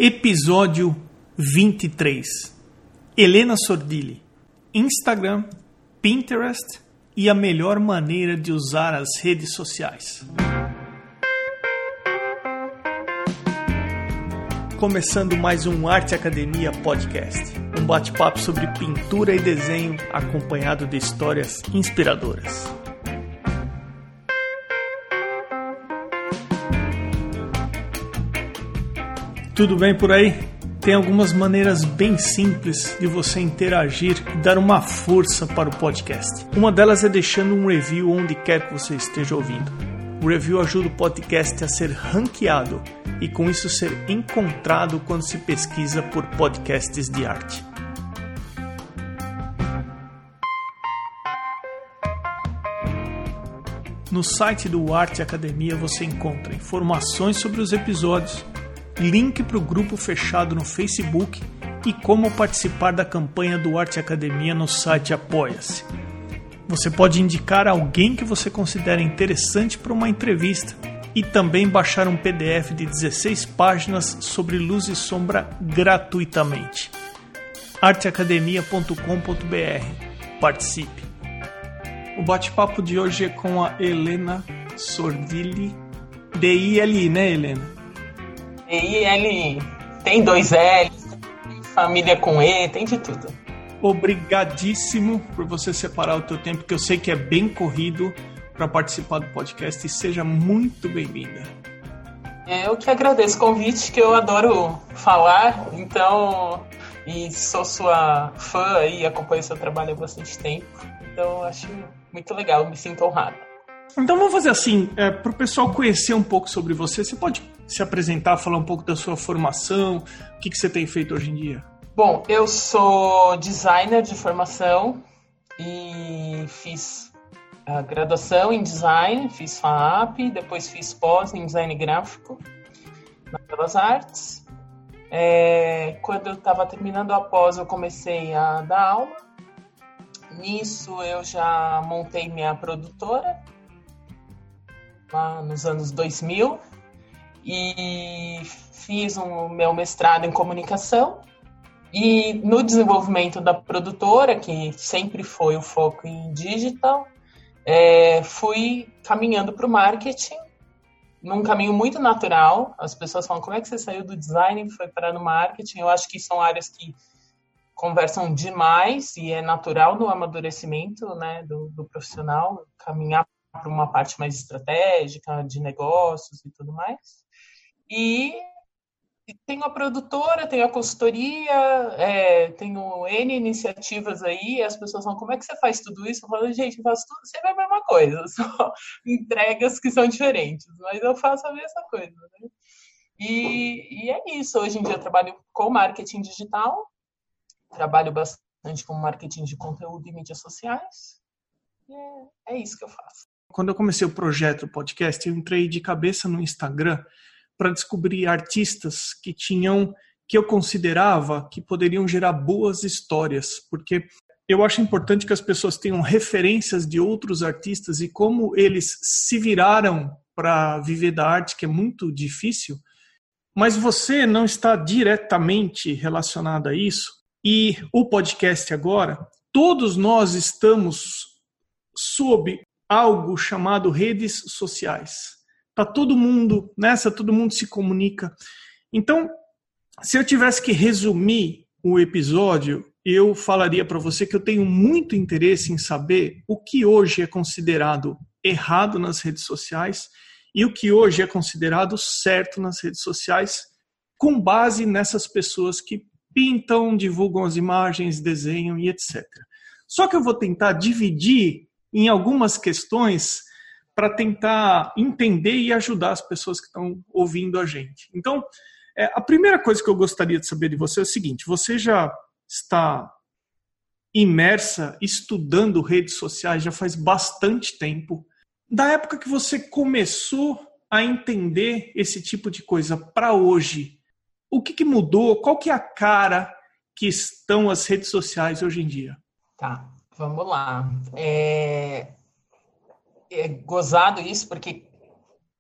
Episódio 23. Helena Sordilli. Instagram, Pinterest e a melhor maneira de usar as redes sociais. Começando mais um Arte Academia Podcast. Um bate-papo sobre pintura e desenho acompanhado de histórias inspiradoras. Tudo bem por aí? Tem algumas maneiras bem simples de você interagir e dar uma força para o podcast. Uma delas é deixando um review onde quer que você esteja ouvindo. O review ajuda o podcast a ser ranqueado e com isso ser encontrado quando se pesquisa por podcasts de arte. No site do Arte Academia você encontra informações sobre os episódios, link para o grupo fechado no Facebook e como participar da campanha do Arte Academia no site Apoia-se. Você pode indicar alguém que você considera interessante para uma entrevista e também baixar um PDF de 16 páginas sobre luz e sombra gratuitamente. arteacademia.com.br. Participe! O bate-papo de hoje é com a Helena Sordilli, D-I-L-I, né, Helena? D-I-L-I. Tem 2 L's, tem família com E, tem de tudo. Obrigadíssimo por você separar o teu tempo, que eu sei que é bem corrido, para participar do podcast, e seja muito bem-vinda. Eu que agradeço o convite, que eu adoro falar, então, e sou sua fã e acompanho seu trabalho há bastante tempo, então acho muito legal, me sinto honrada. Então vamos fazer assim, para o pessoal conhecer um pouco sobre você, você pode se apresentar, falar um pouco da sua formação, o que você tem feito hoje em dia? Bom, eu sou designer de formação e fiz a graduação em design, fiz FAAP, depois fiz pós em design gráfico na Belas Artes. Quando eu estava terminando a pós, eu comecei a dar aula. Nisso eu já montei minha produtora, lá nos anos 2000, e fiz o meu mestrado em comunicação. E no desenvolvimento da produtora, que sempre foi o foco em digital, fui caminhando para o marketing, num caminho muito natural. As pessoas falam, como é que você saiu do design e foi parar no marketing? Eu acho que são áreas que conversam demais e é natural no amadurecimento, né, do profissional, caminhar para uma parte mais estratégica, de negócios e tudo mais. E tenho a produtora, tenho a consultoria, tenho N iniciativas aí, as pessoas falam, como é que você faz tudo isso? Eu falo, gente, eu faço tudo, sempre a mesma coisa, só entregas que são diferentes, mas eu faço a mesma coisa, né? E é isso, hoje em dia eu trabalho com marketing digital, trabalho bastante com marketing de conteúdo e mídias sociais, e é isso que eu faço. Quando eu comecei o projeto, o podcast, eu entrei de cabeça no Instagram para descobrir artistas que eu considerava que poderiam gerar boas histórias, porque eu acho importante que as pessoas tenham referências de outros artistas e como eles se viraram para viver da arte, que é muito difícil, mas você não está diretamente relacionado a isso, e o podcast agora, todos nós estamos sob algo chamado redes sociais. Tá todo mundo nessa, todo mundo se comunica. Então, se eu tivesse que resumir o episódio, eu falaria para você que eu tenho muito interesse em saber o que hoje é considerado errado nas redes sociais e o que hoje é considerado certo nas redes sociais, com base nessas pessoas que pintam, divulgam as imagens, desenham e etc. Só que eu vou tentar dividir em algumas questões para tentar entender e ajudar as pessoas que estão ouvindo a gente. Então, a primeira coisa que eu gostaria de saber de você é o seguinte: você já está imersa, estudando redes sociais já faz bastante tempo. Da época que você começou a entender esse tipo de coisa para hoje, o que mudou? Qual que é a cara que estão as redes sociais hoje em dia? Tá, vamos lá. É gozado isso, porque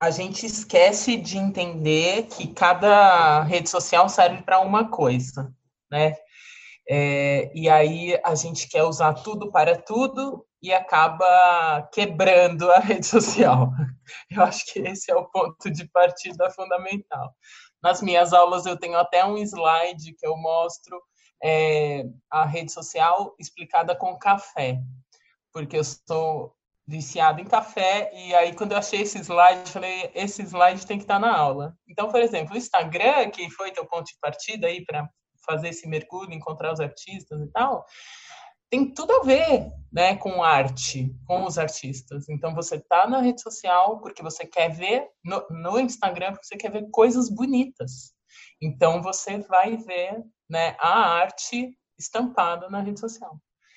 a gente esquece de entender que cada rede social serve para uma coisa, né? E aí a gente quer usar tudo para tudo e acaba quebrando a rede social. Eu acho que esse é o ponto de partida fundamental. Nas minhas aulas eu tenho até um slide que eu mostro a rede social explicada com café, porque eu sou viciado em café, e aí quando eu achei esse slide, eu falei, esse slide tem que estar na aula. Então, por exemplo, o Instagram, que foi teu ponto de partida aí para fazer esse mergulho, encontrar os artistas e tal, tem tudo a ver, né, com arte, com os artistas. Então, você tá na rede social porque você quer ver, no Instagram, porque você quer ver coisas bonitas. Então, você vai ver, né, a arte estampada na rede social.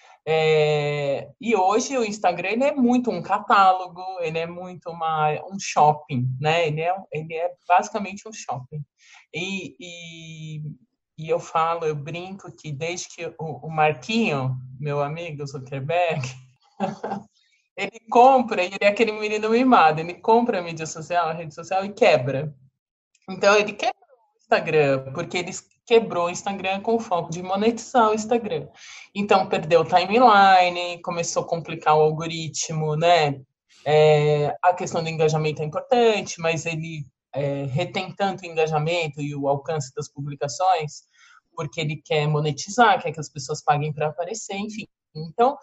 E hoje o Instagram ele é muito um catálogo, ele é muito um shopping, né? Ele é basicamente um shopping. E eu falo, eu brinco que desde que o Marquinho, meu amigo Zuckerberg, ele compra, ele é aquele menino mimado, ele compra a mídia social, a rede social e quebra. Então ele quebrou o Instagram, porque ele quebrou o Instagram com o foco de monetizar o Instagram. Então perdeu o timeline, começou a complicar o algoritmo, né? A questão do engajamento é importante, mas ele retém tanto o engajamento e o alcance das publicações, porque ele quer monetizar, quer que as pessoas paguem para aparecer, enfim. Então,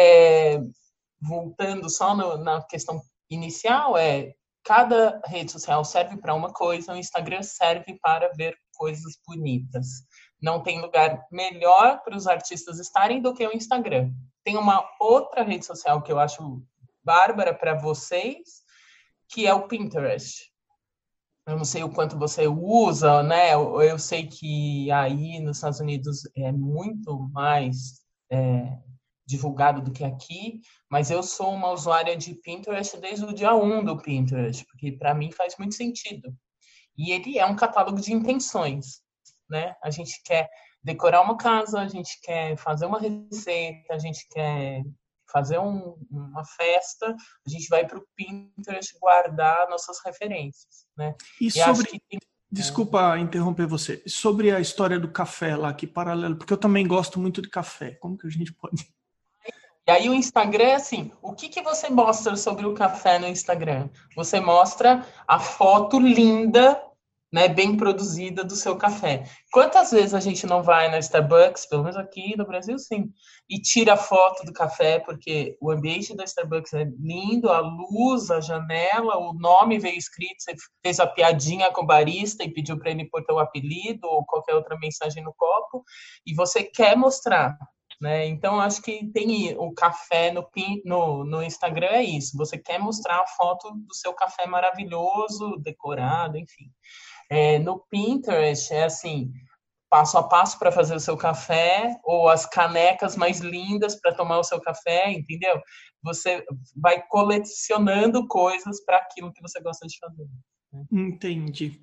voltando só na questão inicial, cada rede social serve para uma coisa, o Instagram serve para ver coisas bonitas. Não tem lugar melhor para os artistas estarem do que o Instagram. Tem uma outra rede social que eu acho bárbara para vocês, que é o Pinterest. Eu não sei o quanto você usa, né? Eu sei que aí nos Estados Unidos é muito mais divulgado do que aqui, mas eu sou uma usuária de Pinterest desde o dia 1 do Pinterest, porque para mim faz muito sentido. E ele é um catálogo de intenções, né? A gente quer decorar uma casa, a gente quer fazer uma receita, a gente quer fazer uma festa, a gente vai para o Pinterest guardar nossas referências, né? E sobre... Desculpa interromper você. Sobre a história do café lá, que paralelo, porque eu também gosto muito de café. Como que a gente pode... E aí o Instagram, assim, o que você mostra sobre o café no Instagram? Você mostra a foto linda, né, bem produzida do seu café. Quantas vezes a gente não vai na Starbucks, pelo menos aqui no Brasil, sim, e tira a foto do café, porque o ambiente da Starbucks é lindo, a luz, a janela, o nome veio escrito, você fez a piadinha com o barista e pediu para ele pôr teu apelido ou qualquer outra mensagem no copo, e você quer mostrar. Né? Então, acho que tem o café no Instagram é isso. Você quer mostrar a foto do seu café maravilhoso, decorado, enfim. No Pinterest é assim, passo a passo para fazer o seu café, ou as canecas mais lindas para tomar o seu café, entendeu? Você vai colecionando coisas para aquilo que você gosta de fazer. Entendi.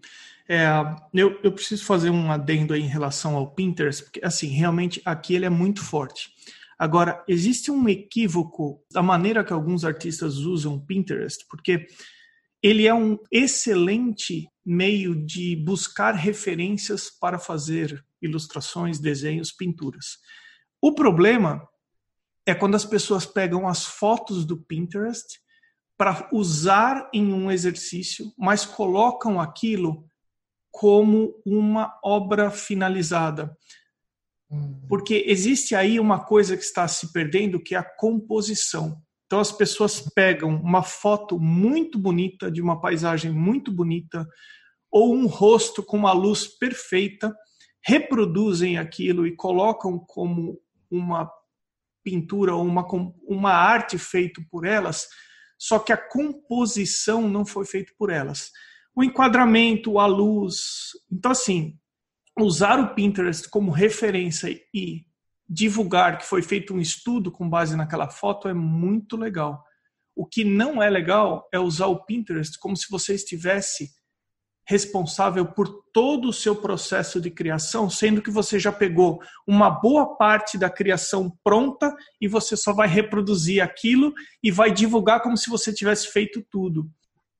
Eu preciso fazer um adendo aí em relação ao Pinterest, porque assim, realmente aqui ele é muito forte. Agora, existe um equívoco da maneira que alguns artistas usam o Pinterest, porque ele é um excelente meio de buscar referências para fazer ilustrações, desenhos, pinturas. O problema é quando as pessoas pegam as fotos do Pinterest para usar em um exercício, mas colocam aquilo como uma obra finalizada. Porque existe aí uma coisa que está se perdendo, que é a composição. Então as pessoas pegam uma foto muito bonita, de uma paisagem muito bonita, ou um rosto com uma luz perfeita, reproduzem aquilo e colocam como uma pintura ou uma arte feita por elas, só que a composição não foi feita por elas. O enquadramento, a luz. Então, assim, usar o Pinterest como referência e divulgar que foi feito um estudo com base naquela foto é muito legal. O que não é legal é usar o Pinterest como se você estivesse responsável por todo o seu processo de criação, sendo que você já pegou uma boa parte da criação pronta e você só vai reproduzir aquilo e vai divulgar como se você tivesse feito tudo.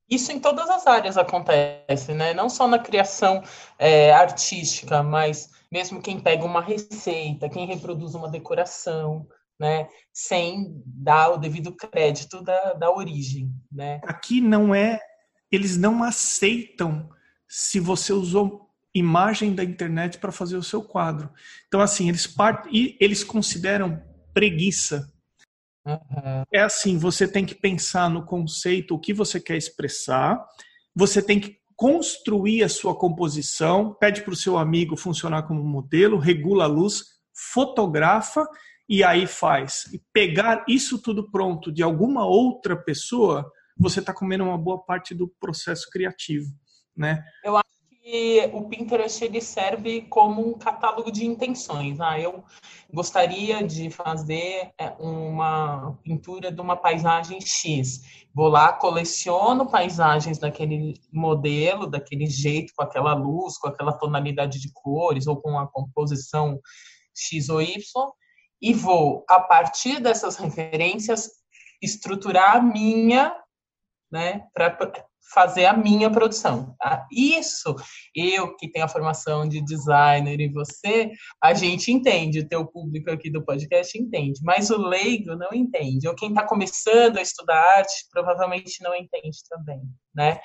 Isso em todas as áreas acontece, né? Não só na criação artística, mas mesmo quem pega uma receita, quem reproduz uma decoração, né? Sem dar o devido crédito da origem, né? Aqui não é, eles não aceitam se você usou imagem da internet para fazer o seu quadro. Então, assim, eles consideram preguiça. Uhum. É assim, você tem que pensar no conceito, o que você quer expressar, você tem que construir a sua composição, pede para o seu amigo funcionar como modelo, regula a luz, fotografa e aí faz. E pegar isso tudo pronto de alguma outra pessoa, você está comendo uma boa parte do processo criativo, né? Eu acho que o Pinterest ele serve como um catálogo de intenções. Eu gostaria de fazer uma pintura de uma paisagem X. Vou lá, coleciono paisagens daquele modelo, daquele jeito, com aquela luz, com aquela tonalidade de cores, ou com a composição X ou Y, e vou, a partir dessas referências, estruturar a minha, né, para fazer a minha produção. Tá? Isso, eu que tenho a formação de designer e você, a gente entende, o teu público aqui do podcast entende, mas o leigo não entende, ou quem está começando a estudar arte provavelmente não entende também, né?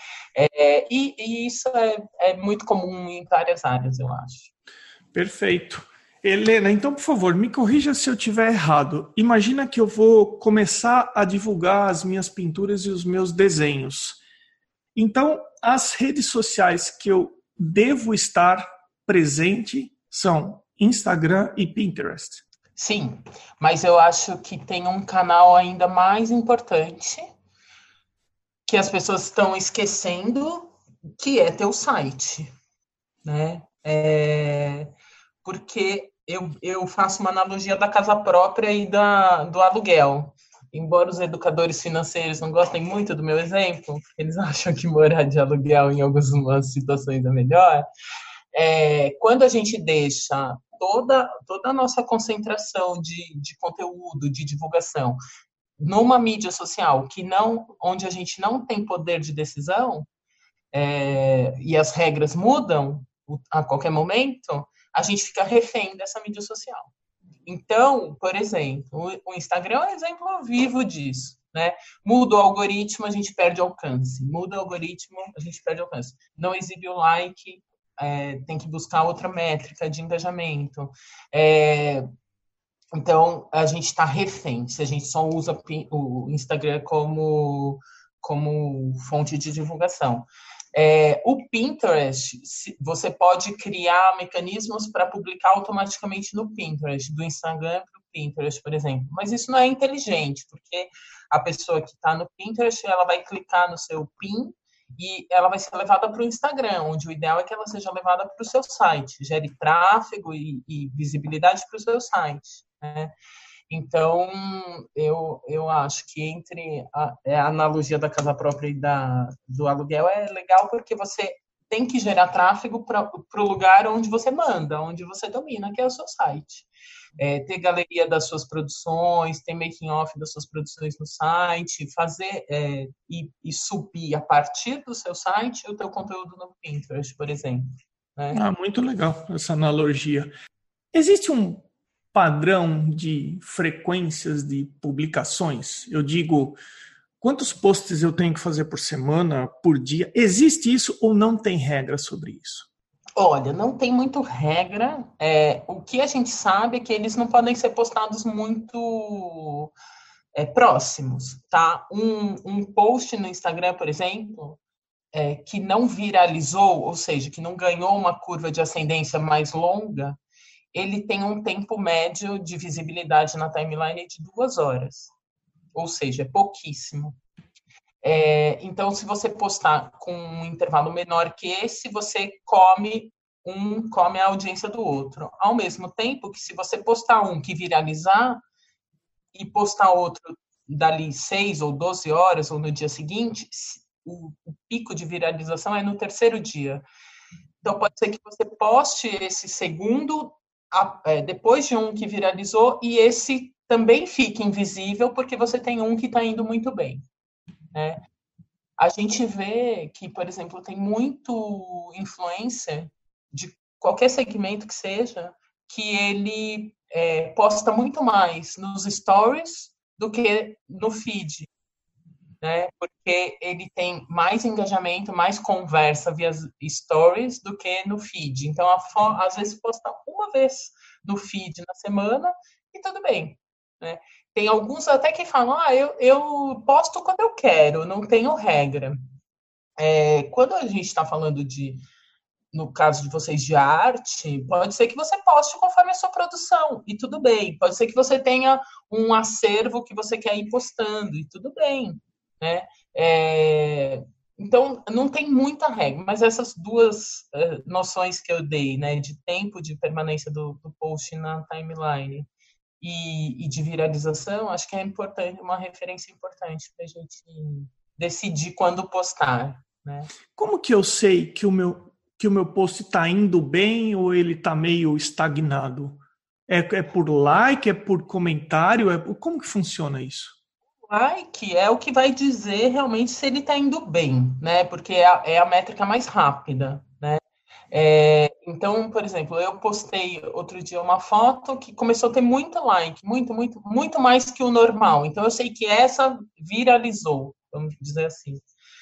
E isso é muito comum em várias áreas, eu acho. Perfeito. Helena, então, por favor, me corrija se eu estiver errado. Imagina que eu vou começar a divulgar as minhas pinturas e os meus desenhos. Então, as redes sociais que eu devo estar presente são Instagram e Pinterest. Sim, mas eu acho que tem um canal ainda mais importante que as pessoas estão esquecendo, que é teu site, né? Porque eu faço uma analogia da casa própria e do aluguel. Embora os educadores financeiros não gostem muito do meu exemplo, porque eles acham que morar de aluguel em algumas situações é melhor, quando a gente deixa toda a nossa concentração de conteúdo, de divulgação, numa mídia social onde a gente não tem poder de decisão, e as regras mudam a qualquer momento, a gente fica refém dessa mídia social. Então, por exemplo, o Instagram é um exemplo vivo disso. Né? Muda o algoritmo, a gente perde alcance. Muda o algoritmo, a gente perde alcance. Não exibe o like, tem que buscar outra métrica de engajamento. Então, a gente está refém, se a gente só usa o Instagram como fonte de divulgação. O Pinterest, você pode criar mecanismos para publicar automaticamente no Pinterest, do Instagram para o Pinterest, por exemplo. Mas isso não é inteligente, porque a pessoa que está no Pinterest, ela vai clicar no seu pin e ela vai ser levada para o Instagram, onde o ideal é que ela seja levada para o seu site, gere tráfego e visibilidade para o seu site. Né? Então, eu acho que entre a analogia da casa própria e do aluguel é legal porque você tem que gerar tráfego para o lugar onde você manda, onde você domina, que é o seu site. Ter galeria das suas produções, ter making-off das suas produções no site, fazer e subir a partir do seu site o teu conteúdo no Pinterest, por exemplo. Né? Muito legal essa analogia. Existe um padrão de frequências de publicações? Eu digo, quantos posts eu tenho que fazer por semana, por dia? Existe isso ou não tem regra sobre isso? Olha, não tem muito regra. O que a gente sabe é que eles não podem ser postados muito próximos, tá? Um post no Instagram, por exemplo, que não viralizou, ou seja, que não ganhou uma curva de ascendência mais longa, ele tem um tempo médio de visibilidade na timeline de 2 horas. Ou seja, é pouquíssimo. Então, se você postar com um intervalo menor que esse, você come a audiência do outro. Ao mesmo tempo que se você postar um que viralizar e postar outro dali 6 ou 12 horas ou no dia seguinte, o pico de viralização é no terceiro dia. Então, pode ser que você poste esse segundo depois de um que viralizou e esse também fique invisível porque você tem um que está indo muito bem. Né? a gente vê que, por exemplo, tem muito influencer de qualquer segmento que seja, que ele posta muito mais nos stories do que no feed, né? Porque ele tem mais engajamento, mais conversa via stories do que no feed. Então, às vezes posta uma vez no feed na semana e tudo bem, né? Tem alguns até que falam, eu posto quando eu quero, não tenho regra. Quando a gente está falando no caso de vocês de arte, pode ser que você poste conforme a sua produção, e tudo bem. Pode ser que você tenha um acervo que você quer ir postando, e tudo bem, né? Então, não tem muita regra, mas essas duas noções que eu dei, né, de tempo de permanência do post na timeline e de viralização, acho que é importante, uma referência importante para a gente decidir quando postar, né? Como que eu sei que o meu post está indo bem ou ele está meio estagnado? É por like, é por comentário? Como que funciona isso? Like é o que vai dizer realmente se ele está indo bem, né? Porque é a métrica mais rápida, né? Então, por exemplo, eu postei outro dia uma foto que começou a ter muito like, muito mais que o normal. Então, eu sei que essa viralizou, vamos dizer assim.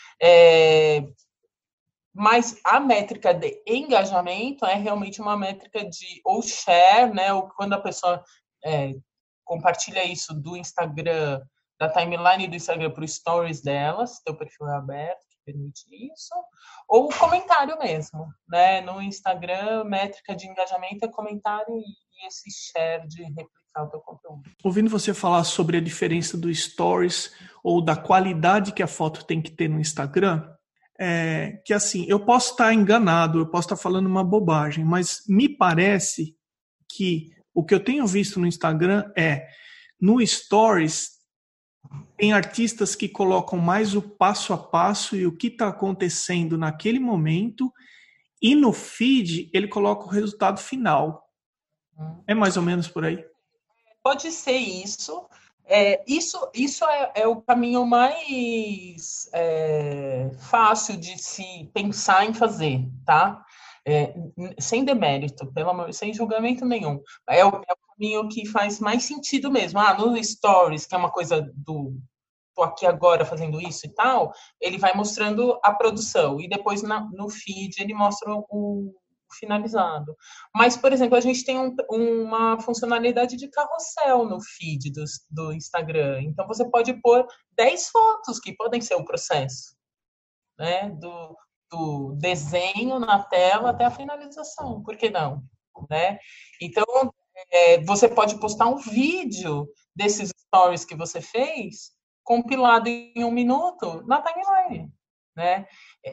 Mas a métrica de engajamento é realmente uma métrica de ou share, né? Ou quando a pessoa compartilha isso do Instagram, da timeline do Instagram para o stories dela, se teu perfil é aberto, que permite isso, ou comentário mesmo, né? No Instagram, métrica de engajamento é comentário e esse share de replicar o teu conteúdo. Ouvindo você falar sobre a diferença do stories ou da qualidade que a foto tem que ter no Instagram, que assim, eu posso estar enganado, eu posso estar falando uma bobagem, mas me parece que o que eu tenho visto no Instagram no Stories, tem artistas que colocam mais o passo a passo e o que está acontecendo naquele momento, e no feed ele coloca o resultado final. É mais ou menos por aí? Pode ser isso. Isso é o caminho mais fácil de se pensar em fazer, tá? Sem demérito, pelo amor, sem julgamento nenhum. É o caminho que faz mais sentido mesmo. No Stories, que é uma coisa do tô aqui agora fazendo isso e tal, ele vai mostrando a produção. E depois no feed ele mostra o finalizado. Mas, por exemplo, a gente tem uma funcionalidade de carrossel no feed do Instagram. Então, você pode pôr 10 fotos que podem ser o processo, né? Do desenho na tela até a finalização. Por que não? Né? Então, você pode postar um vídeo desses stories que você fez compilado em 1 minuto na timeline, né?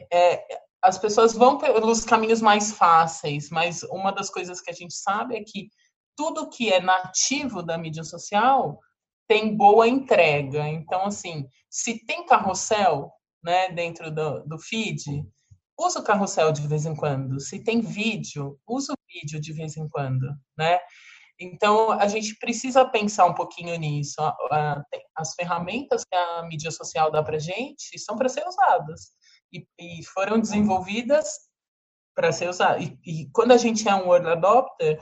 As pessoas vão pelos caminhos mais fáceis, mas uma das coisas que a gente sabe é que tudo que é nativo da mídia social tem boa entrega. Então, assim, se tem carrossel, né, dentro do feed, usa o carrossel de vez em quando. Se tem vídeo, usa o vídeo de vez em quando, né? Então, a gente precisa pensar um pouquinho nisso. As ferramentas que a mídia social dá para a gente são para ser usadas. E foram desenvolvidas para ser usadas. E quando a gente é um early adopter,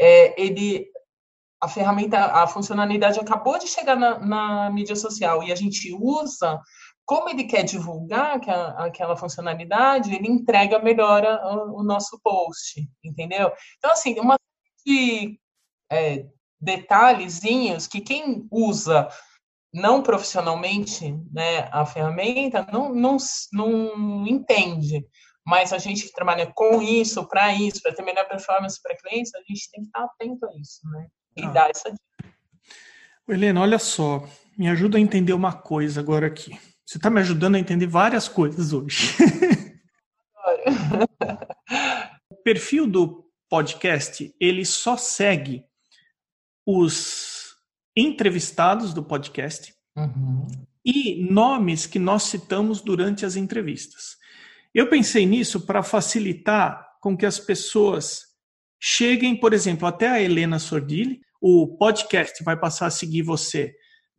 a ferramenta, a funcionalidade acabou de chegar na mídia social e a gente usa, como ele quer divulgar aquela funcionalidade, ele entrega melhor o nosso post, entendeu? Então, assim, uma série de detalhezinhos que quem usa não profissionalmente, né, a ferramenta não entende. Mas a gente que trabalha com isso, para ter melhor performance para clientes, a gente tem que estar atento a isso, né? E dar essa dica. Helena, olha só, me ajuda a entender uma coisa agora aqui. Você está me ajudando a entender várias coisas hoje. O perfil do podcast, ele só segue os entrevistados do podcast e nomes que nós citamos durante as entrevistas. Eu pensei nisso para facilitar com que as pessoas cheguem, por exemplo, até a Helena Sordilli. O podcast vai passar a seguir você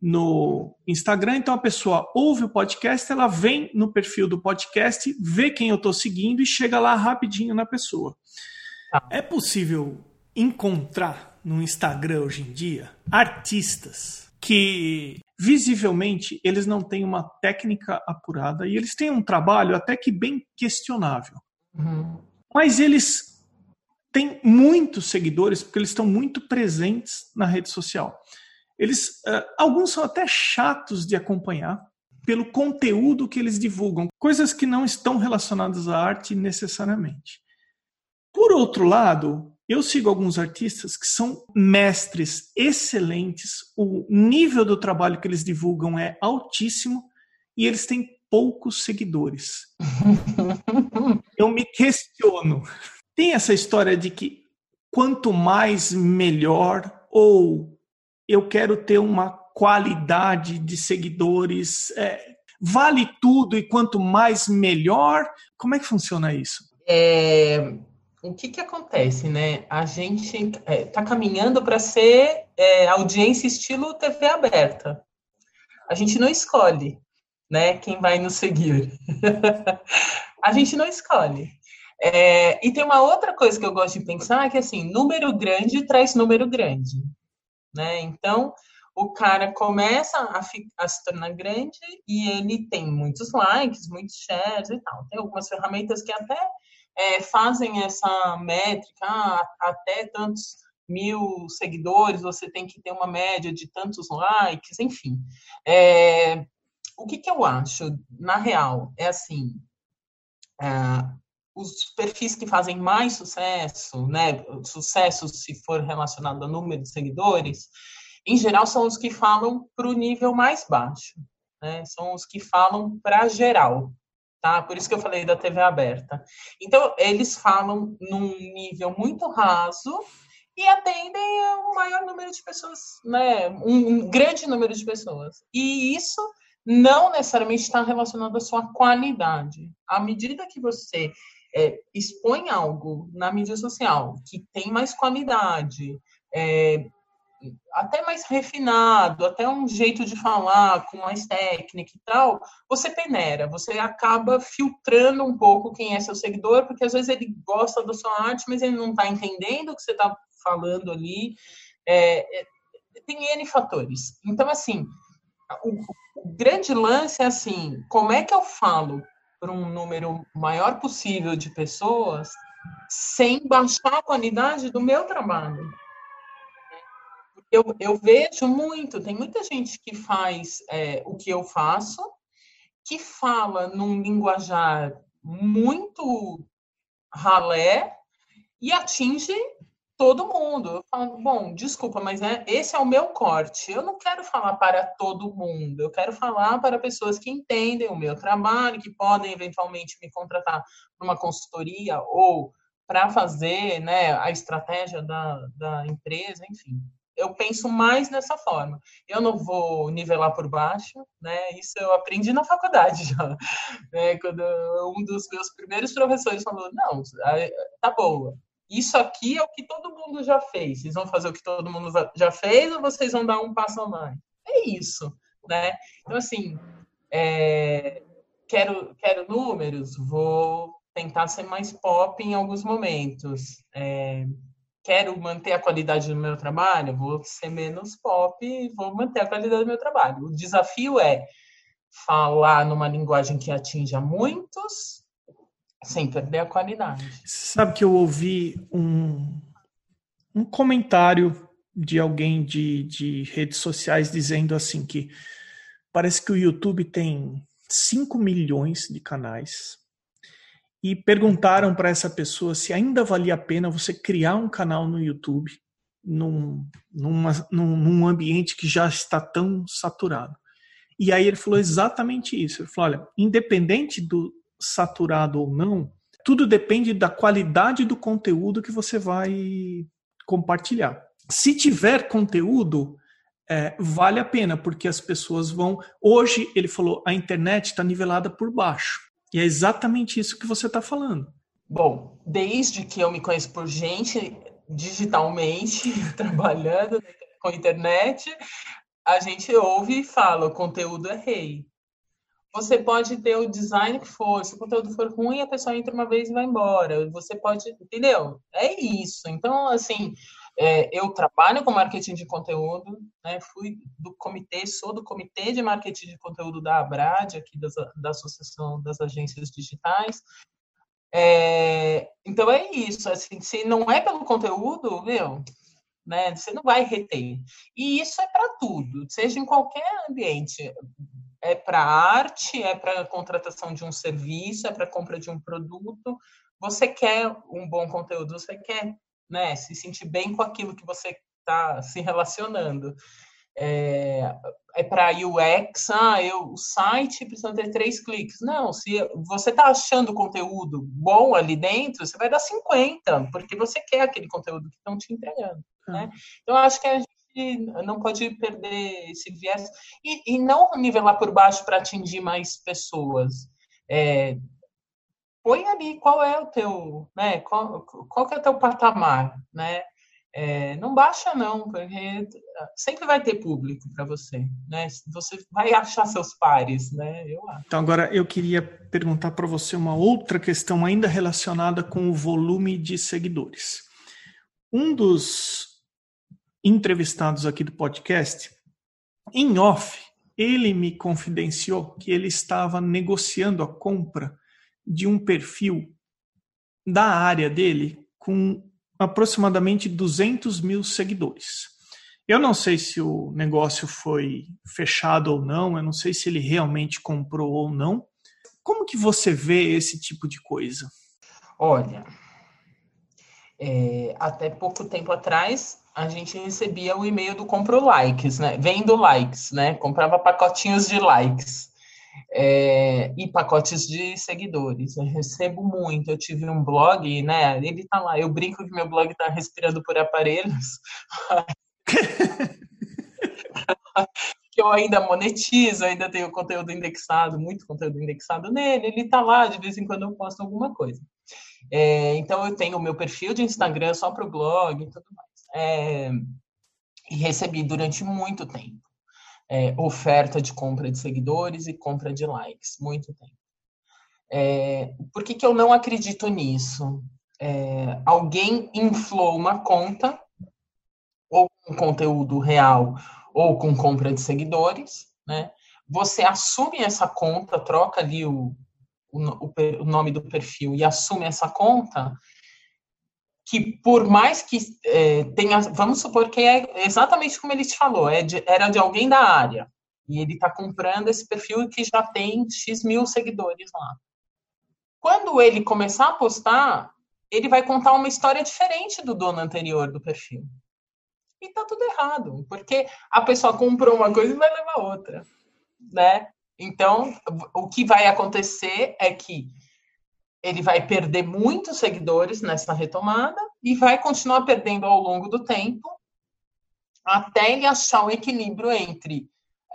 no Instagram, então a pessoa ouve o podcast, ela vem no perfil do podcast, vê quem eu estou seguindo e chega lá rapidinho na pessoa. É possível encontrar no Instagram hoje em dia artistas que visivelmente eles não têm uma técnica apurada e eles têm um trabalho até que bem questionável. Mas eles têm muitos seguidores porque eles estão muito presentes na rede social. Alguns são até chatos de acompanhar pelo conteúdo que eles divulgam, coisas que não estão relacionadas à arte necessariamente. Por outro lado, eu sigo alguns artistas que são mestres excelentes, o nível do trabalho que eles divulgam é altíssimo e eles têm poucos seguidores. Eu me questiono. Tem essa história de que quanto mais melhor, ou eu quero ter uma qualidade de seguidores, vale tudo e quanto mais melhor? Como é que funciona isso? O que acontece, né? A gente está caminhando para ser audiência estilo TV aberta. A gente não escolhe, né, quem vai nos seguir. A gente não escolhe. E tem uma outra coisa que eu gosto de pensar, que assim, número grande traz número grande, né? Então, o cara começa a se tornar grande e ele tem muitos likes, muitos shares e tal. Tem algumas ferramentas que até fazem essa métrica, até tantos 1.000 seguidores, você tem que ter uma média de tantos likes, enfim. O que eu acho, na real, é assim, os perfis que fazem mais sucesso, né, sucesso se for relacionado ao número de seguidores, em geral são os que falam para o nível mais baixo, né, são os que falam para geral. Tá? Por isso que eu falei da TV aberta. Então, eles falam num nível muito raso e atendem a um maior número de pessoas, né? Um grande número de pessoas. E isso não necessariamente está relacionado à sua qualidade. À medida que você expõe algo na mídia social que tem mais qualidade, até mais refinado, até um jeito de falar com mais técnica e tal, você peneira, você acaba filtrando um pouco quem é seu seguidor, porque às vezes ele gosta da sua arte, mas ele não está entendendo o que você está falando ali. Tem N fatores. Então, assim, o grande lance é assim, como é que eu falo para um número maior possível de pessoas sem baixar a qualidade do meu trabalho? Eu vejo muito, tem muita gente que faz o que eu faço, que fala num linguajar muito ralé e atinge todo mundo. Eu falo, bom, desculpa, mas esse é o meu corte. Eu não quero falar para todo mundo, eu quero falar para pessoas que entendem o meu trabalho, que podem eventualmente me contratar para uma consultoria ou para fazer, né, a estratégia da empresa, enfim. Eu penso mais nessa forma. Eu não vou nivelar por baixo, né? Isso eu aprendi na faculdade já. Né? Quando um dos meus primeiros professores falou, não, tá boa. Isso aqui é o que todo mundo já fez. Vocês vão fazer o que todo mundo já fez ou vocês vão dar um passo a mais? É isso, né? Então, assim, quero números, vou tentar ser mais pop em alguns momentos. Quero manter a qualidade do meu trabalho, vou ser menos pop e vou manter a qualidade do meu trabalho. O desafio é falar numa linguagem que atinja muitos, sem perder a qualidade. Sabe que eu ouvi um comentário de alguém de redes sociais dizendo assim que parece que o YouTube tem 5 milhões de canais e perguntaram para essa pessoa se ainda valia a pena você criar um canal no YouTube num ambiente que já está tão saturado. E aí ele falou exatamente isso. Ele falou, olha, independente do saturado ou não, tudo depende da qualidade do conteúdo que você vai compartilhar. Se tiver conteúdo, vale a pena, porque as pessoas vão... Hoje, ele falou, a internet está nivelada por baixo. E é exatamente isso que você está falando. Bom, desde que eu me conheço por gente, digitalmente, trabalhando com internet, a gente ouve e fala, o conteúdo é rei. Você pode ter o design que for, se o conteúdo for ruim, a pessoa entra uma vez e vai embora. Você pode, entendeu? É isso. Então, assim, eu trabalho com marketing de conteúdo, né? Sou do comitê de marketing de conteúdo da Abrad, aqui da Associação das Agências Digitais. Então é isso, assim, se não é pelo conteúdo, meu, né, você não vai reter. E isso é para tudo, seja em qualquer ambiente. É para arte, é para contratação de um serviço, é para compra de um produto. Você quer um bom conteúdo, você quer, né, se sentir bem com aquilo que você está se relacionando. Para UX, o site precisa ter 3 cliques. Não, se você está achando conteúdo bom ali dentro, você vai dar 50, porque você quer aquele conteúdo que estão te entregando. Né? Então, eu acho que a gente não pode perder esse viés e não nivelar por baixo para atingir mais pessoas. Põe ali qual é o teu, né? Qual que é o teu patamar, né? Não baixa não, porque sempre vai ter público para você, né? Você vai achar seus pares, né? Eu acho. Então agora eu queria perguntar para você uma outra questão ainda relacionada com o volume de seguidores. Um dos entrevistados aqui do podcast, em off, ele me confidenciou que ele estava negociando a compra de um perfil da área dele com aproximadamente 200 mil seguidores. Eu não sei se o negócio foi fechado ou não, eu não sei se ele realmente comprou ou não. Como que você vê esse tipo de coisa? Olha, até pouco tempo atrás, a gente recebia o e-mail do Compro Likes, né? Vendo likes, né? Comprava pacotinhos de likes. E pacotes de seguidores. Eu recebo muito. Eu tive um blog, né? Ele tá lá. Eu brinco que meu blog tá respirando por aparelhos. Que eu ainda monetizo, ainda tenho conteúdo indexado, muito conteúdo indexado nele. Ele tá lá, de vez em quando eu posto alguma coisa. Então eu tenho o meu perfil de Instagram só para o blog e tudo mais. E recebi durante muito tempo oferta de compra de seguidores e compra de likes, muito tempo. Por que eu não acredito nisso? Alguém inflou uma conta, ou com conteúdo real, ou com compra de seguidores, né? Você assume essa conta, troca ali o nome do perfil e assume essa conta, que por mais que tenha, vamos supor que é exatamente como ele te falou, era de alguém da área, e ele está comprando esse perfil que já tem X mil seguidores lá. Quando ele começar a postar, ele vai contar uma história diferente do dono anterior do perfil. E tá tudo errado, porque a pessoa comprou uma coisa e vai levar outra, né? Então, o que vai acontecer é que ele vai perder muitos seguidores nessa retomada e vai continuar perdendo ao longo do tempo até ele achar o equilíbrio entre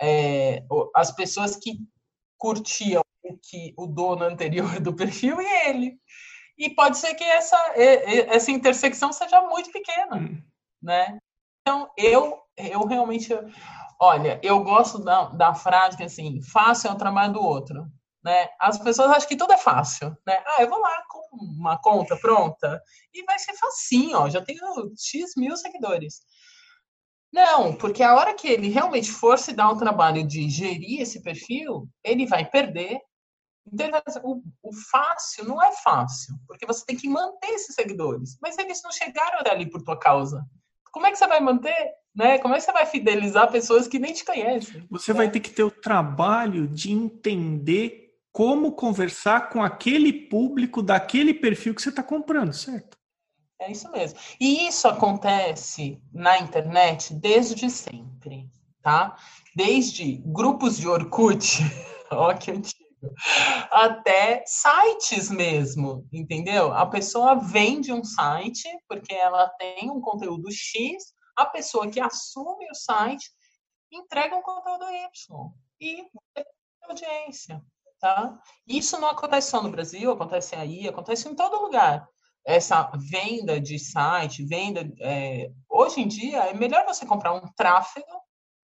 as pessoas que curtiam o dono anterior do perfil e ele. E pode ser que essa intersecção seja muito pequena, né? Então, eu realmente... Olha, eu gosto da frase que, assim, fácil é o trabalho do outro. Né? As pessoas acham que tudo é fácil. Né? Eu vou lá com uma conta pronta e vai ser facinho, ó, já tenho X mil seguidores. Não, porque a hora que ele realmente for se dar o trabalho de gerir esse perfil, ele vai perder. Então, o fácil não é fácil, porque você tem que manter esses seguidores. Mas eles não chegaram ali por tua causa. Como é que você vai manter? Né? Como é que você vai fidelizar pessoas que nem te conhecem? Você vai ter que ter o trabalho de entender como conversar com aquele público daquele perfil que você está comprando, certo? É isso mesmo. E isso acontece na internet desde sempre, tá? Desde grupos de Orkut, ó que antigo, até sites mesmo, entendeu? A pessoa vende um site porque ela tem um conteúdo X, a pessoa que assume o site entrega um conteúdo Y e tem audiência, tá? Isso não acontece só no Brasil, acontece aí, acontece em todo lugar. Essa venda de site, hoje em dia é melhor você comprar um tráfego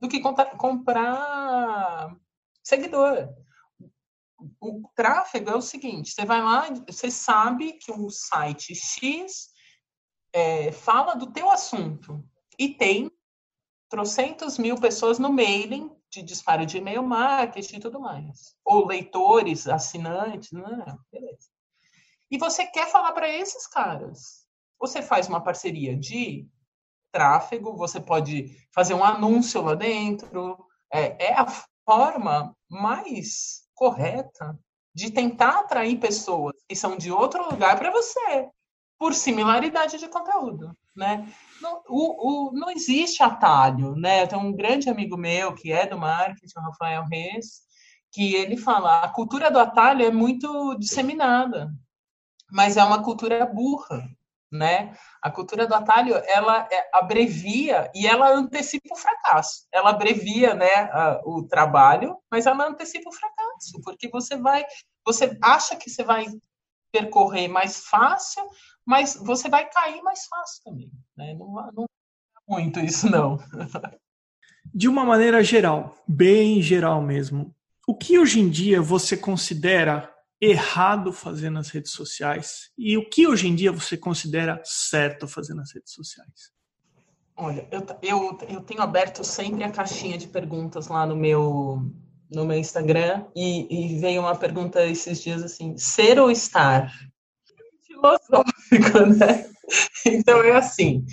do que comprar seguidor. O tráfego é o seguinte, você vai lá, você sabe que um site X fala do teu assunto e tem trocentos mil pessoas no mailing de disparo de e-mail marketing e tudo mais. Ou leitores, assinantes, beleza. E você quer falar para esses caras. Você faz uma parceria de tráfego, você pode fazer um anúncio lá dentro. É a forma mais correta de tentar atrair pessoas que são de outro lugar para você, por similaridade de conteúdo, né? Não existe atalho, né? Eu tenho um grande amigo meu que é do marketing, o Rafael Reis, que ele fala, a cultura do atalho é muito disseminada, mas é uma cultura burra, né? A cultura do atalho, ela abrevia e ela antecipa o fracasso. Ela abrevia, né, o trabalho, mas ela antecipa o fracasso, porque você acha que você vai percorrer mais fácil, mas você vai cair mais fácil também, né? Não é muito isso, não. De uma maneira geral, bem geral mesmo, o que hoje em dia você considera errado fazer nas redes sociais e o que hoje em dia você considera certo fazer nas redes sociais? Olha, eu tenho aberto sempre a caixinha de perguntas lá no meu Instagram e veio uma pergunta esses dias assim, ser ou estar? Filosófico, né? Então é assim,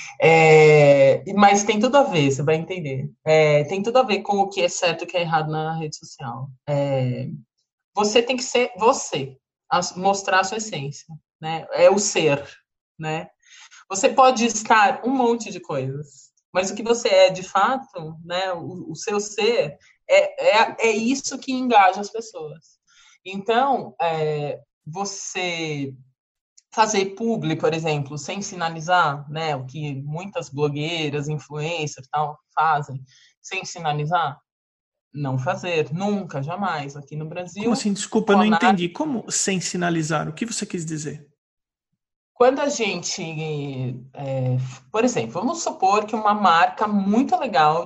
mas tem tudo a ver, você vai entender. Tem tudo a ver com o que é certo e o que é errado na rede social. Você tem que ser você, mostrar a sua essência, né? É o ser, né? Você pode estar um monte de coisas, mas o que você é de fato, né? O seu ser é isso que engaja as pessoas. Então, você fazer publi, por exemplo, sem sinalizar, né? O que muitas blogueiras, influencers, tal fazem, sem sinalizar, não fazer, nunca, jamais. Aqui no Como Brasil, assim? o Desculpa, eu não CONAR, entendi. Como sem sinalizar? O que você quis dizer? quando a gente, por exemplo, vamos supor que uma marca muito legal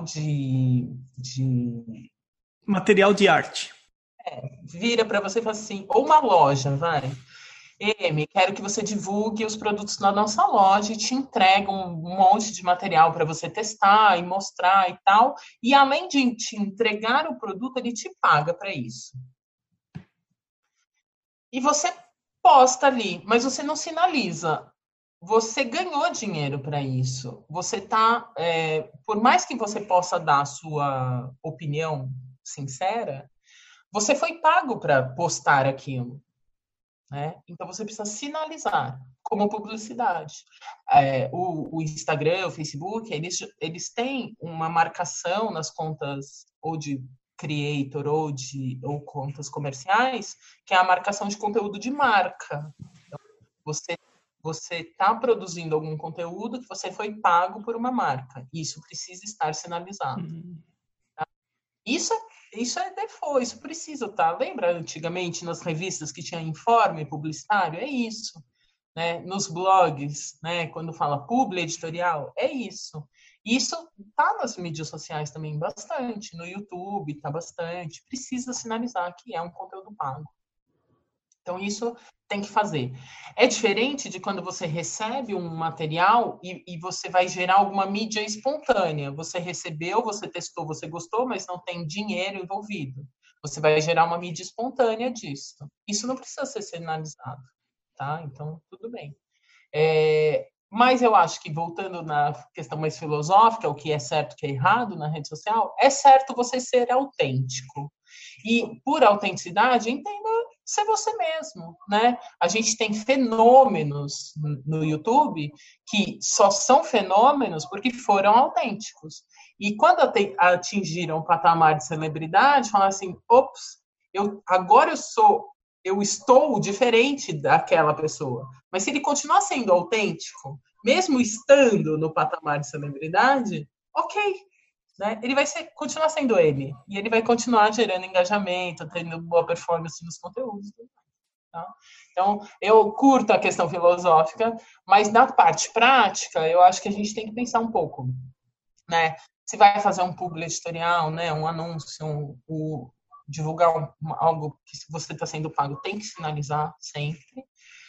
de Material de arte. vira para você e fala assim, ou uma loja, vai. Quero que você divulgue os produtos na nossa loja e te entrega um monte de material para você testar e mostrar e tal. E além de te entregar o produto, ele te paga para isso. E você posta ali, mas você não sinaliza. Você ganhou dinheiro para isso. Você tá, por mais que você possa dar a sua opinião sincera, você foi pago para postar aquilo. Né? Então você precisa sinalizar como publicidade. O Instagram, o Facebook, eles têm uma marcação nas contas ou de creator ou contas comerciais, que é a marcação de conteúdo de marca. Então, você está produzindo algum conteúdo que você foi pago por uma marca. Isso precisa estar sinalizado. Isso é default, isso precisa, tá? Lembra antigamente nas revistas que tinha informe publicitário? É isso. Né? Nos blogs, né? Quando fala publi editorial, é isso. Isso tá nas mídias sociais também bastante, no YouTube tá bastante. Precisa sinalizar que é um conteúdo pago. Então, isso tem que fazer. É diferente de quando você recebe um material e você vai gerar alguma mídia espontânea. Você recebeu, você testou, você gostou, mas não tem dinheiro envolvido. Você vai gerar uma mídia espontânea disso. Isso não precisa ser sinalizado, tá? Então, tudo bem. Mas eu acho que, voltando na questão mais filosófica, o que é certo e o que é errado na rede social, é certo você ser autêntico. E, por autenticidade, entenda ser você mesmo, né? A gente tem fenômenos no YouTube que só são fenômenos porque foram autênticos. E quando atingiram o patamar de celebridade, falaram assim, ops, agora eu estou diferente daquela pessoa. Mas se ele continuar sendo autêntico, mesmo estando no patamar de celebridade, ok, né? Ele vai continuar sendo ele. E ele vai continuar gerando engajamento, tendo boa performance nos conteúdos. Tá? Então, eu curto a questão filosófica, mas na parte prática, eu acho que a gente tem que pensar um pouco. Né? Se vai fazer um publi editorial, né, um anúncio, divulgar algo que você está sendo pago, tem que sinalizar sempre.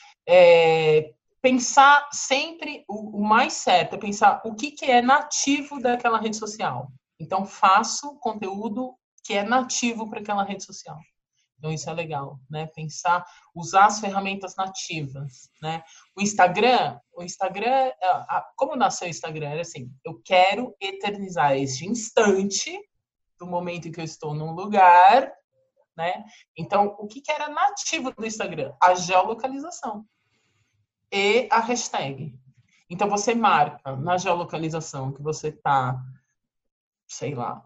Pensar sempre, o mais certo é pensar o que é nativo daquela rede social. Então, faço conteúdo que é nativo para aquela rede social. Então, isso é legal, né? Pensar, usar as ferramentas nativas, né? O Instagram, como nasceu o Instagram? Era assim, eu quero eternizar este instante do momento em que eu estou num lugar, né? Então, o que era nativo do Instagram? A geolocalização e a hashtag. Então, você marca na geolocalização que você está, sei lá,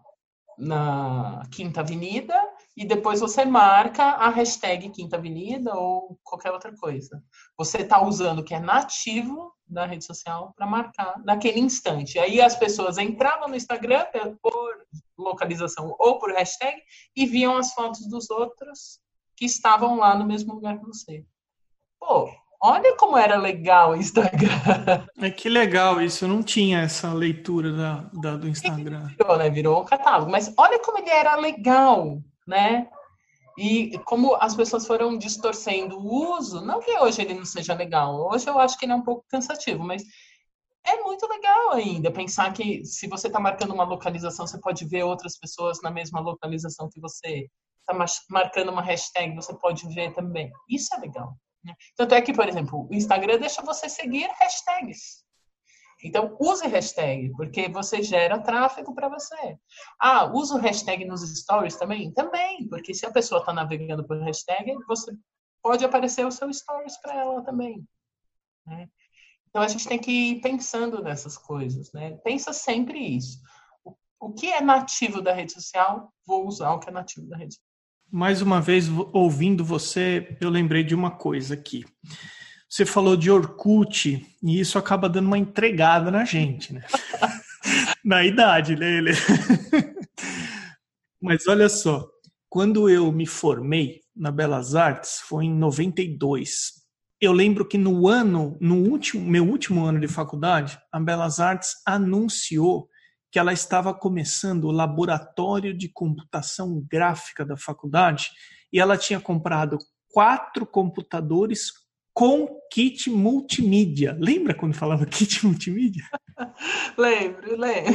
na Quinta Avenida, e depois você marca a hashtag Quinta Avenida ou qualquer outra coisa. Você está usando o que é nativo da rede social para marcar naquele instante. Aí as pessoas entravam no Instagram por localização ou por hashtag e viam as fotos dos outros que estavam lá no mesmo lugar que você. Pô, olha como era legal o Instagram. Que legal isso, eu não tinha essa leitura do Instagram. Virou, né? Virou um catálogo. Mas olha como ele era legal, né? E como as pessoas foram distorcendo o uso, não que hoje ele não seja legal, hoje eu acho que ele é um pouco cansativo, mas é muito legal ainda pensar que se você está marcando uma localização, você pode ver outras pessoas na mesma localização que você. Está marcando uma hashtag, você pode ver também. Isso é legal. Né? Tanto é que, por exemplo, o Instagram deixa você seguir hashtags. Então, use hashtag, porque você gera tráfego para você. Usa o hashtag nos stories também? Também, porque se a pessoa está navegando por hashtag, você pode aparecer o seu stories para ela também. Né? Então, a gente tem que ir pensando nessas coisas. Né? Pensa sempre isso. O que é nativo da rede social, vou usar o que é nativo da rede social. Mais uma vez, ouvindo você, eu lembrei de uma coisa aqui. Você falou de Orkut, e isso acaba dando uma entregada na gente, né? Na idade, né? Mas olha só, quando eu me formei na Belas Artes, foi em 92. Eu lembro que meu último ano de faculdade, a Belas Artes anunciou que ela estava começando o laboratório de computação gráfica da faculdade, e ela tinha comprado 4 computadores com kit multimídia. Lembra quando falava kit multimídia? Lembro.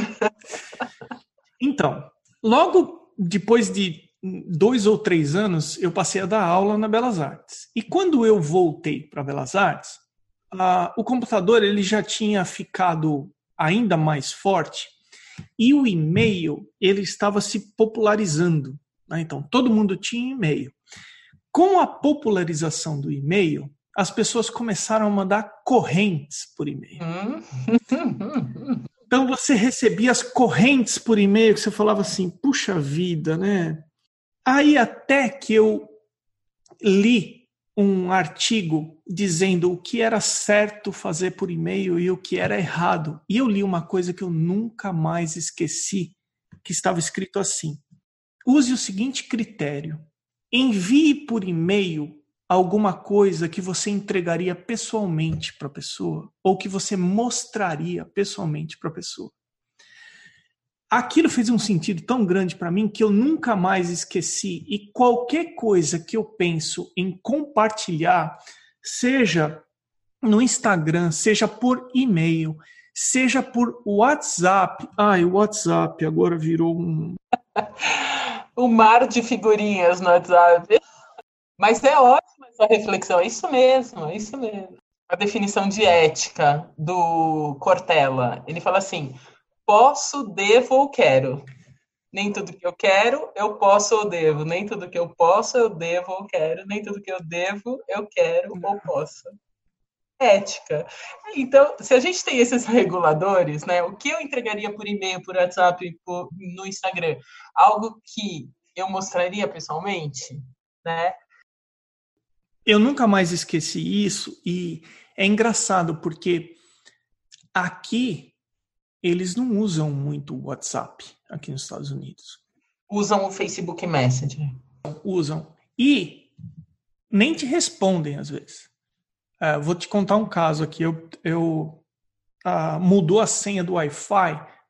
Então, logo depois de 2 ou 3 anos, eu passei a dar aula na Belas Artes. E quando eu voltei para Belas Artes, o computador ele já tinha ficado ainda mais forte e o e-mail ele estava se popularizando. Né? Então, todo mundo tinha e-mail. Com a popularização do e-mail, as pessoas começaram a mandar correntes por e-mail. Então você recebia as correntes por e-mail que você falava assim, puxa vida, né? Aí até que eu li um artigo dizendo o que era certo fazer por e-mail e o que era errado. E eu li uma coisa que eu nunca mais esqueci, que estava escrito assim. Use o seguinte critério. Envie por e-mail alguma coisa que você entregaria pessoalmente para a pessoa ou que você mostraria pessoalmente para a pessoa. Aquilo fez um sentido tão grande para mim que eu nunca mais esqueci. E qualquer coisa que eu penso em compartilhar, seja no Instagram, seja por e-mail, seja por WhatsApp. O WhatsApp agora virou um... Um mar de figurinhas no WhatsApp. Mas é ótima essa reflexão, é isso mesmo. A definição de ética do Cortella, ele fala assim, posso, devo ou quero. Nem tudo que eu quero, eu posso ou devo. Nem tudo que eu posso, eu devo ou quero. Nem tudo que eu devo, eu quero ou posso. Ética. Então, se a gente tem esses reguladores, né, o que eu entregaria por e-mail, por WhatsApp, no Instagram? Algo que eu mostraria pessoalmente, né? Eu nunca mais esqueci isso e é engraçado porque aqui eles não usam muito o WhatsApp aqui nos Estados Unidos. Usam o Facebook Messenger. Usam. E nem te respondem às vezes. Vou te contar um caso aqui. Eu mudou a senha do Wi-Fi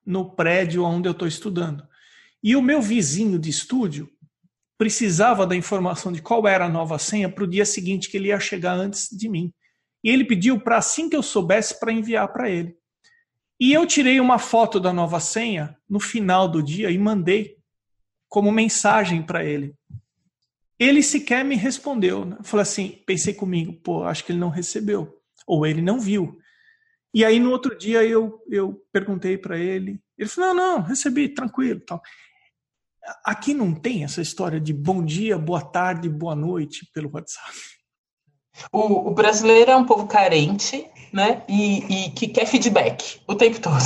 no prédio onde eu estou estudando. E o meu vizinho de estúdio precisava da informação de qual era a nova senha para o dia seguinte, que ele ia chegar antes de mim. E ele pediu para, assim que eu soubesse, para enviar para ele. E eu tirei uma foto da nova senha no final do dia e mandei como mensagem para ele. Ele sequer me respondeu. Né? Falei assim, pensei comigo, pô, acho que ele não recebeu. Ou ele não viu. E aí no outro dia eu perguntei para ele. Ele falou, não, recebi, tranquilo. Tal. Aqui não tem essa história de bom dia, boa tarde, boa noite pelo WhatsApp. O brasileiro é um povo carente, né? E que quer feedback o tempo todo.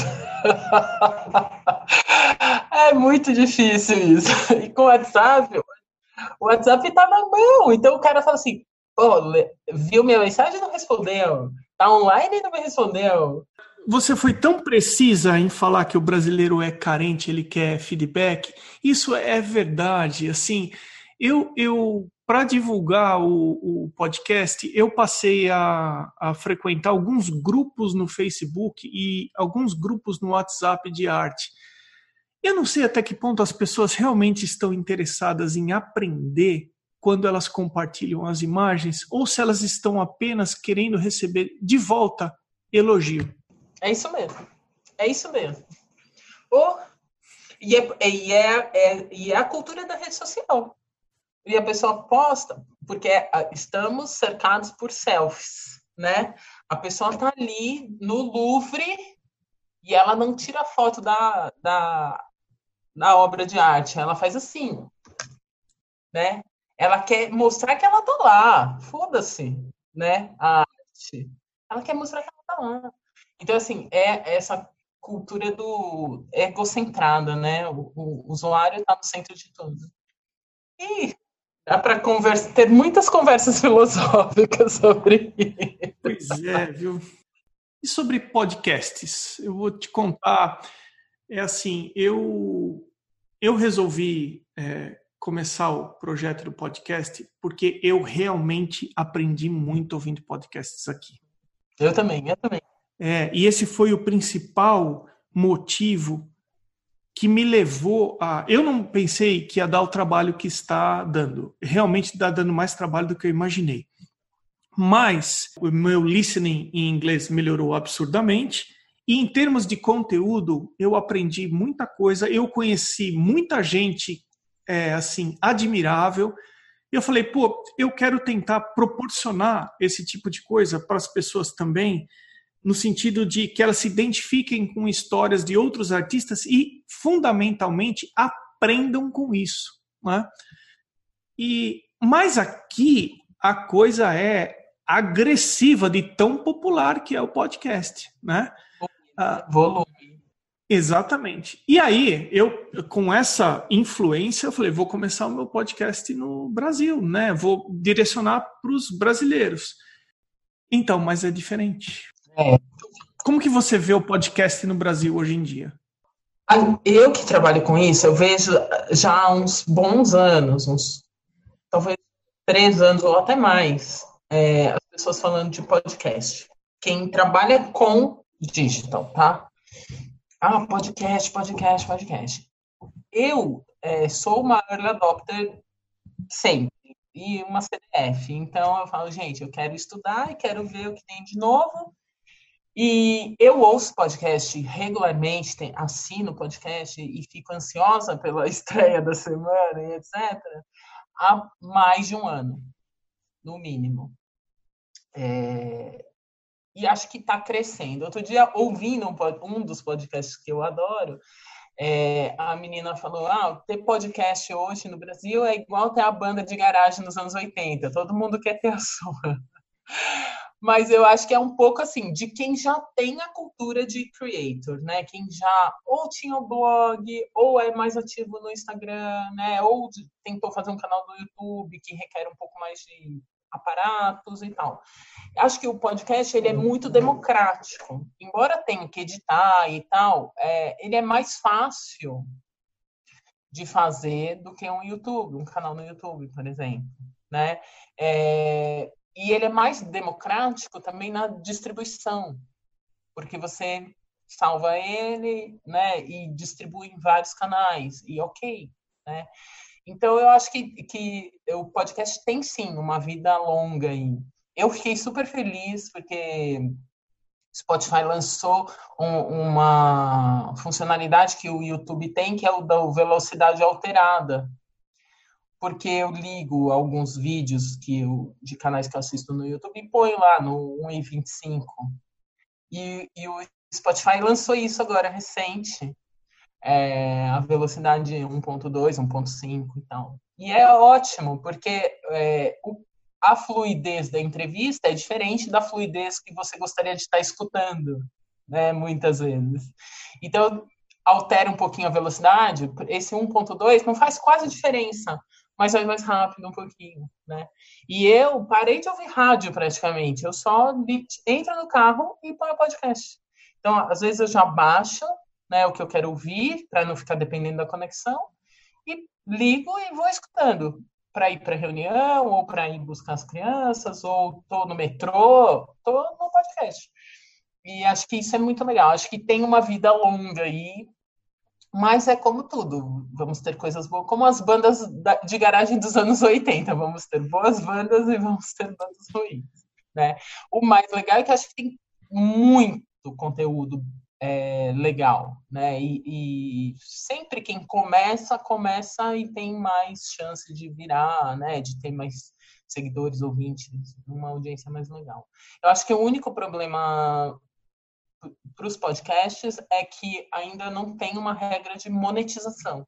É muito difícil isso. E com o WhatsApp tá na mão. Então o cara fala assim, pô, viu minha mensagem e não respondeu. Tá online e não me respondeu. Você foi tão precisa em falar que o brasileiro é carente, ele quer feedback. Isso é verdade. Assim, eu para divulgar o podcast, eu passei a frequentar alguns grupos no Facebook e alguns grupos no WhatsApp de arte. Eu não sei até que ponto as pessoas realmente estão interessadas em aprender quando elas compartilham as imagens ou se elas estão apenas querendo receber de volta elogio. É isso mesmo. É isso mesmo. E é a cultura da rede social. E a pessoa posta, porque estamos cercados por selfies, né? A pessoa tá ali no Louvre e ela não tira foto da obra de arte. Ela faz assim, né? Ela quer mostrar que ela tá lá. Foda-se, né? A arte. Ela quer mostrar que ela tá lá. Então, assim, é essa cultura do egocentrada, né? O usuário está no centro de tudo. E dá para ter muitas conversas filosóficas sobre isso. Pois é, viu? E sobre podcasts? Eu vou te contar. É assim, eu resolvi começar o projeto do podcast porque eu realmente aprendi muito ouvindo podcasts aqui. Eu também. E esse foi o principal motivo que me levou a... Eu não pensei que ia dar o trabalho que está dando. Realmente está dando mais trabalho do que eu imaginei. Mas o meu listening em inglês melhorou absurdamente. E em termos de conteúdo, eu aprendi muita coisa. Eu conheci muita gente assim admirável. Eu falei, pô, eu quero tentar proporcionar esse tipo de coisa para as pessoas também, no sentido de que elas se identifiquem com histórias de outros artistas e, fundamentalmente, aprendam com isso. Né? Mas aqui a coisa é agressiva de tão popular que é o podcast. Né? Volume. Exatamente. E aí, eu, com essa influência, eu falei, vou começar o meu podcast no Brasil, né? Vou direcionar para os brasileiros. Então, mas é diferente. Como que você vê o podcast no Brasil hoje em dia? Eu que trabalho com isso, eu vejo já há uns bons anos, talvez 3 anos ou até mais, as pessoas falando de podcast. Quem trabalha com digital, tá? Podcast. Eu sou uma early adopter sempre, e uma CDF. Então eu falo, gente, eu quero estudar e quero ver o que tem de novo. E eu ouço podcast regularmente, assino podcast e fico ansiosa pela estreia da semana e etc. há mais de um ano, no mínimo. E acho que está crescendo. Outro dia, ouvindo um dos podcasts que eu adoro, a menina falou, ter podcast hoje no Brasil é igual ter a banda de garagem nos anos 80, todo mundo quer ter a sua. Mas eu acho que é um pouco assim, de quem já tem a cultura de creator, né? Quem já ou tinha o blog, ou é mais ativo no Instagram, né? Ou tentou fazer um canal no YouTube que requer um pouco mais de aparatos e tal. Acho que o podcast ele é muito democrático. Embora tenha que editar e tal, ele é mais fácil de fazer do que um canal no YouTube, por exemplo, né? E ele é mais democrático também na distribuição, porque você salva ele, né, e distribui em vários canais, e ok, né? Então, eu acho que o podcast tem, sim, uma vida longa aí. Eu fiquei super feliz porque Spotify lançou uma funcionalidade que o YouTube tem, que é o da velocidade alterada. Porque eu ligo alguns vídeos de canais que eu assisto no YouTube e ponho lá no 1,25. E o Spotify lançou isso agora, recente. A velocidade 1.2, 1.5 e tal. E é ótimo, porque a fluidez da entrevista é diferente da fluidez que você gostaria de estar escutando, né, muitas vezes. Então, altera um pouquinho a velocidade, esse 1.2 não faz quase diferença, mas vai mais rápido um pouquinho, né? E eu parei de ouvir rádio praticamente, eu só entro no carro e ponho podcast. Então, às vezes eu já baixo, né, o que eu quero ouvir, para não ficar dependendo da conexão, e ligo e vou escutando para ir para reunião, ou para ir buscar as crianças, ou tô no metrô, tô no podcast. E acho que isso é muito legal. Acho que tem uma vida longa aí, mas é como tudo. Vamos ter coisas boas, como as bandas de garagem dos anos 80. Vamos ter boas bandas e vamos ter bandas ruins, né? O mais legal é que acho que tem muito conteúdo legal, né? E sempre quem começa e tem mais chance de virar, né? De ter mais seguidores, ouvintes, uma audiência mais legal. Eu acho que o único problema para os podcasts é que ainda não tem uma regra de monetização.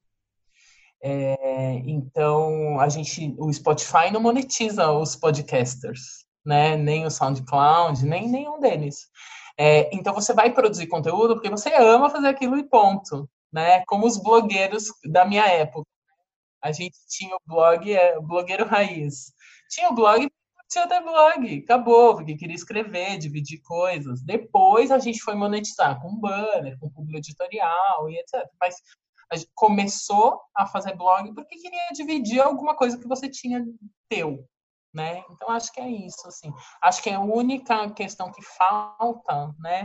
Então, o Spotify não monetiza os podcasters, né? Nem o SoundCloud, nem nenhum deles. Então, você vai produzir conteúdo porque você ama fazer aquilo e ponto, né? Como os blogueiros da minha época. A gente tinha o blog, o blogueiro raiz. Tinha o blog, tinha até blog, acabou, porque queria escrever, dividir coisas. Depois a gente foi monetizar com banner, com publi editorial e etc. Mas a gente começou a fazer blog porque queria dividir alguma coisa que você tinha teu, né? Então acho que é isso, assim. Acho que a única questão que falta, né,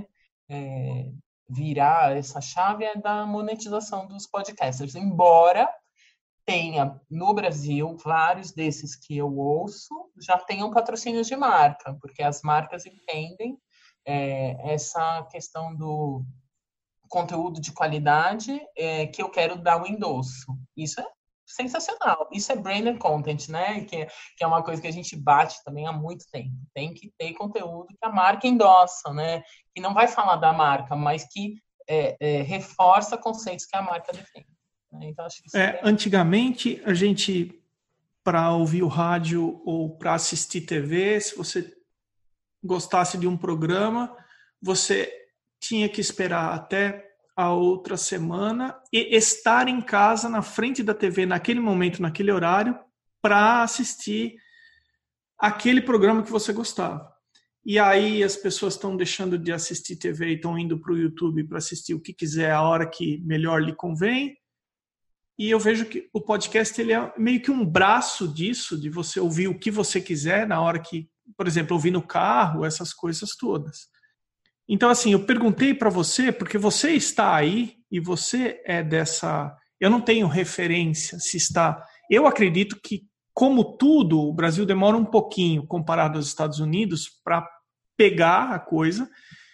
virar essa chave é da monetização dos podcasters. Embora tenha no Brasil vários desses que eu ouço já tenham patrocínios de marca, porque as marcas entendem essa questão do conteúdo de qualidade que eu quero dar um endosso. Isso é sensacional. Isso é branded content, né? Que é uma coisa que a gente bate também há muito tempo. Tem que ter conteúdo que a marca endossa, né? Que não vai falar da marca, mas que reforça conceitos que a marca defende. Então, acho que antigamente, a gente, para ouvir o rádio ou para assistir TV, se você gostasse de um programa, você tinha que esperar até a outra semana e estar em casa, na frente da TV, naquele momento, naquele horário, para assistir aquele programa que você gostava. E aí as pessoas estão deixando de assistir TV e estão indo para o YouTube para assistir o que quiser, a hora que melhor lhe convém. E eu vejo que o podcast ele é meio que um braço disso, de você ouvir o que você quiser na hora que, por exemplo, ouvir no carro, essas coisas todas. Então, assim, eu perguntei para você, porque você está aí e você é dessa... Eu não tenho referência se está... Eu acredito que, como tudo, o Brasil demora um pouquinho, comparado aos Estados Unidos, para pegar a coisa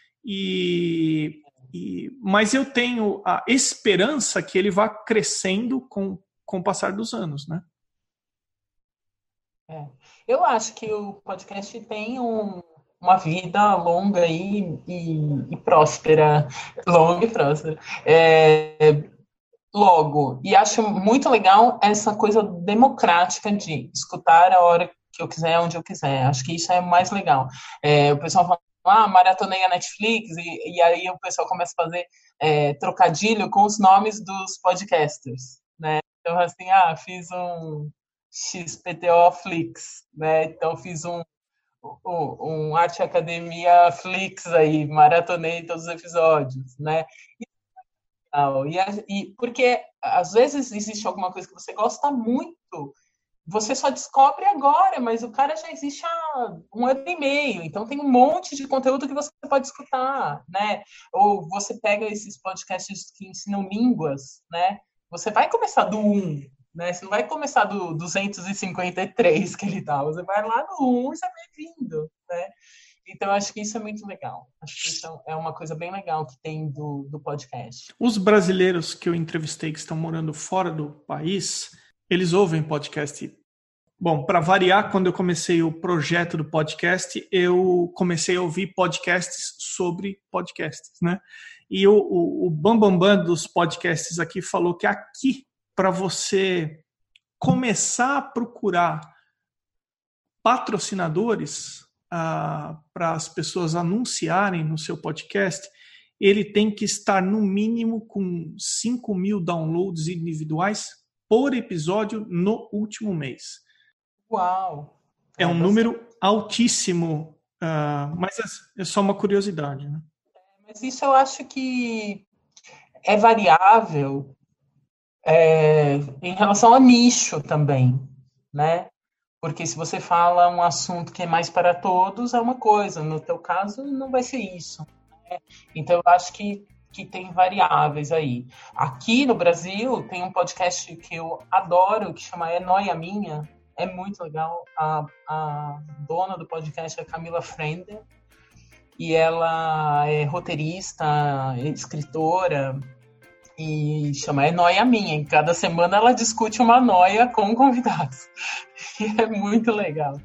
mas eu tenho a esperança que ele vá crescendo com o passar dos anos, né? Eu acho que o podcast tem uma vida longa aí e próspera. Longa e próspera. Logo. E acho muito legal essa coisa democrática de escutar a hora que eu quiser, onde eu quiser. Acho que isso é mais legal. O pessoal fala, maratonei a Netflix, e aí o pessoal começa a fazer trocadilho com os nomes dos podcasters, né? Então, assim, fiz um XPTO Flix, né? Então, fiz um Arte Academia Flix aí, maratonei todos os episódios, né? Porque às vezes existe alguma coisa que você gosta muito você só descobre agora, mas o cara já existe há 1 ano e meio, então tem um monte de conteúdo que você pode escutar, né? Ou você pega esses podcasts que ensinam línguas, né? Você vai começar do 1, né? Você não vai começar do 253 que ele dá, você vai lá no 1 e você vai vindo, né? Então, eu acho que isso é muito legal. Acho que isso é uma coisa bem legal que tem do podcast. Os brasileiros que eu entrevistei que estão morando fora do país, eles ouvem podcast. Bom, para variar, quando eu comecei o projeto do podcast, eu comecei a ouvir podcasts sobre podcasts, né? E o Bambambam dos podcasts aqui falou que aqui, para você começar a procurar patrocinadores para as pessoas anunciarem no seu podcast, ele tem que estar no mínimo com 5.000 downloads individuais por episódio no último mês. Uau! É um número altíssimo, mas é só uma curiosidade, né? Mas isso eu acho que é variável em relação ao nicho também, né? Porque se você fala um assunto que é mais para todos, é uma coisa. No teu caso, não vai ser isso, né? Então, eu acho que tem variáveis aí. Aqui no Brasil, tem um podcast que eu adoro, que chama É Nóia Minha. É muito legal. A dona do podcast é Camila Frender. E ela é roteirista, escritora, e chama É Nóia Minha. Em cada semana ela discute uma nóia com convidados. E é muito legal.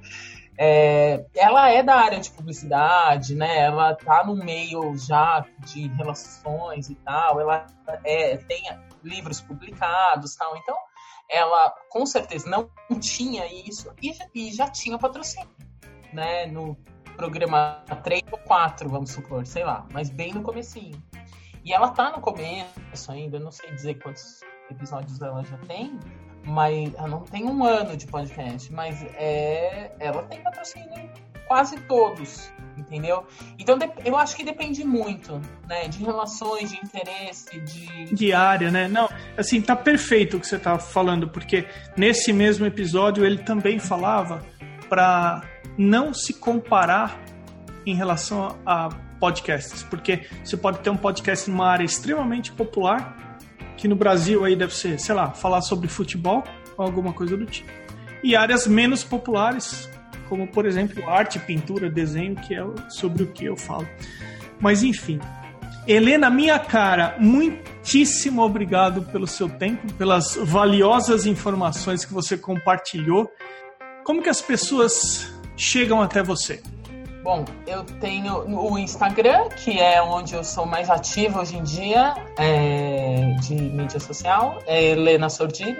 Ela é da área de publicidade, né? Ela tá no meio já de relações e tal. Ela tem livros publicados e tal. Então, ela com certeza não tinha isso e já tinha patrocínio, né? No programa 3 ou 4, vamos supor, sei lá, mas bem no comecinho. E ela tá no começo ainda, não sei dizer quantos episódios ela já tem, mas ela não tem 1 ano de podcast, mas ela tem patrocínio quase todos, entendeu? Então eu acho que depende muito, né, de relações, de interesse, de área, né? Não, assim, tá perfeito o que você tá falando, porque nesse mesmo episódio ele também falava para não se comparar em relação a podcasts, porque você pode ter um podcast numa área extremamente popular, que no Brasil aí deve ser, sei lá, falar sobre futebol ou alguma coisa do tipo, e áreas menos populares, como por exemplo arte, pintura, desenho, que é sobre o que eu falo. Mas enfim, Helena, minha cara, muitíssimo obrigado pelo seu tempo, pelas valiosas informações que você compartilhou. Como que as pessoas chegam até você? Bom, eu tenho o Instagram, que é onde eu sou mais ativa hoje em dia, de mídia social, é Helena Sordilli.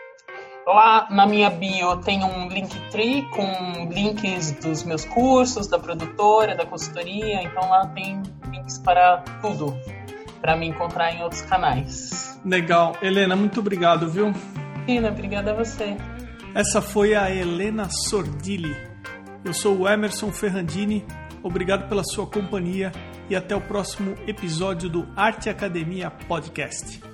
Lá na minha bio tem um Linktree com links dos meus cursos, da produtora, da consultoria, então lá tem links para tudo, para me encontrar em outros canais. Legal. Helena, muito obrigado, viu? Tina, obrigada a você. Essa foi a Helena Sordilli. Eu sou o Emerson Ferrandini, obrigado pela sua companhia e até o próximo episódio do Arte Academia Podcast.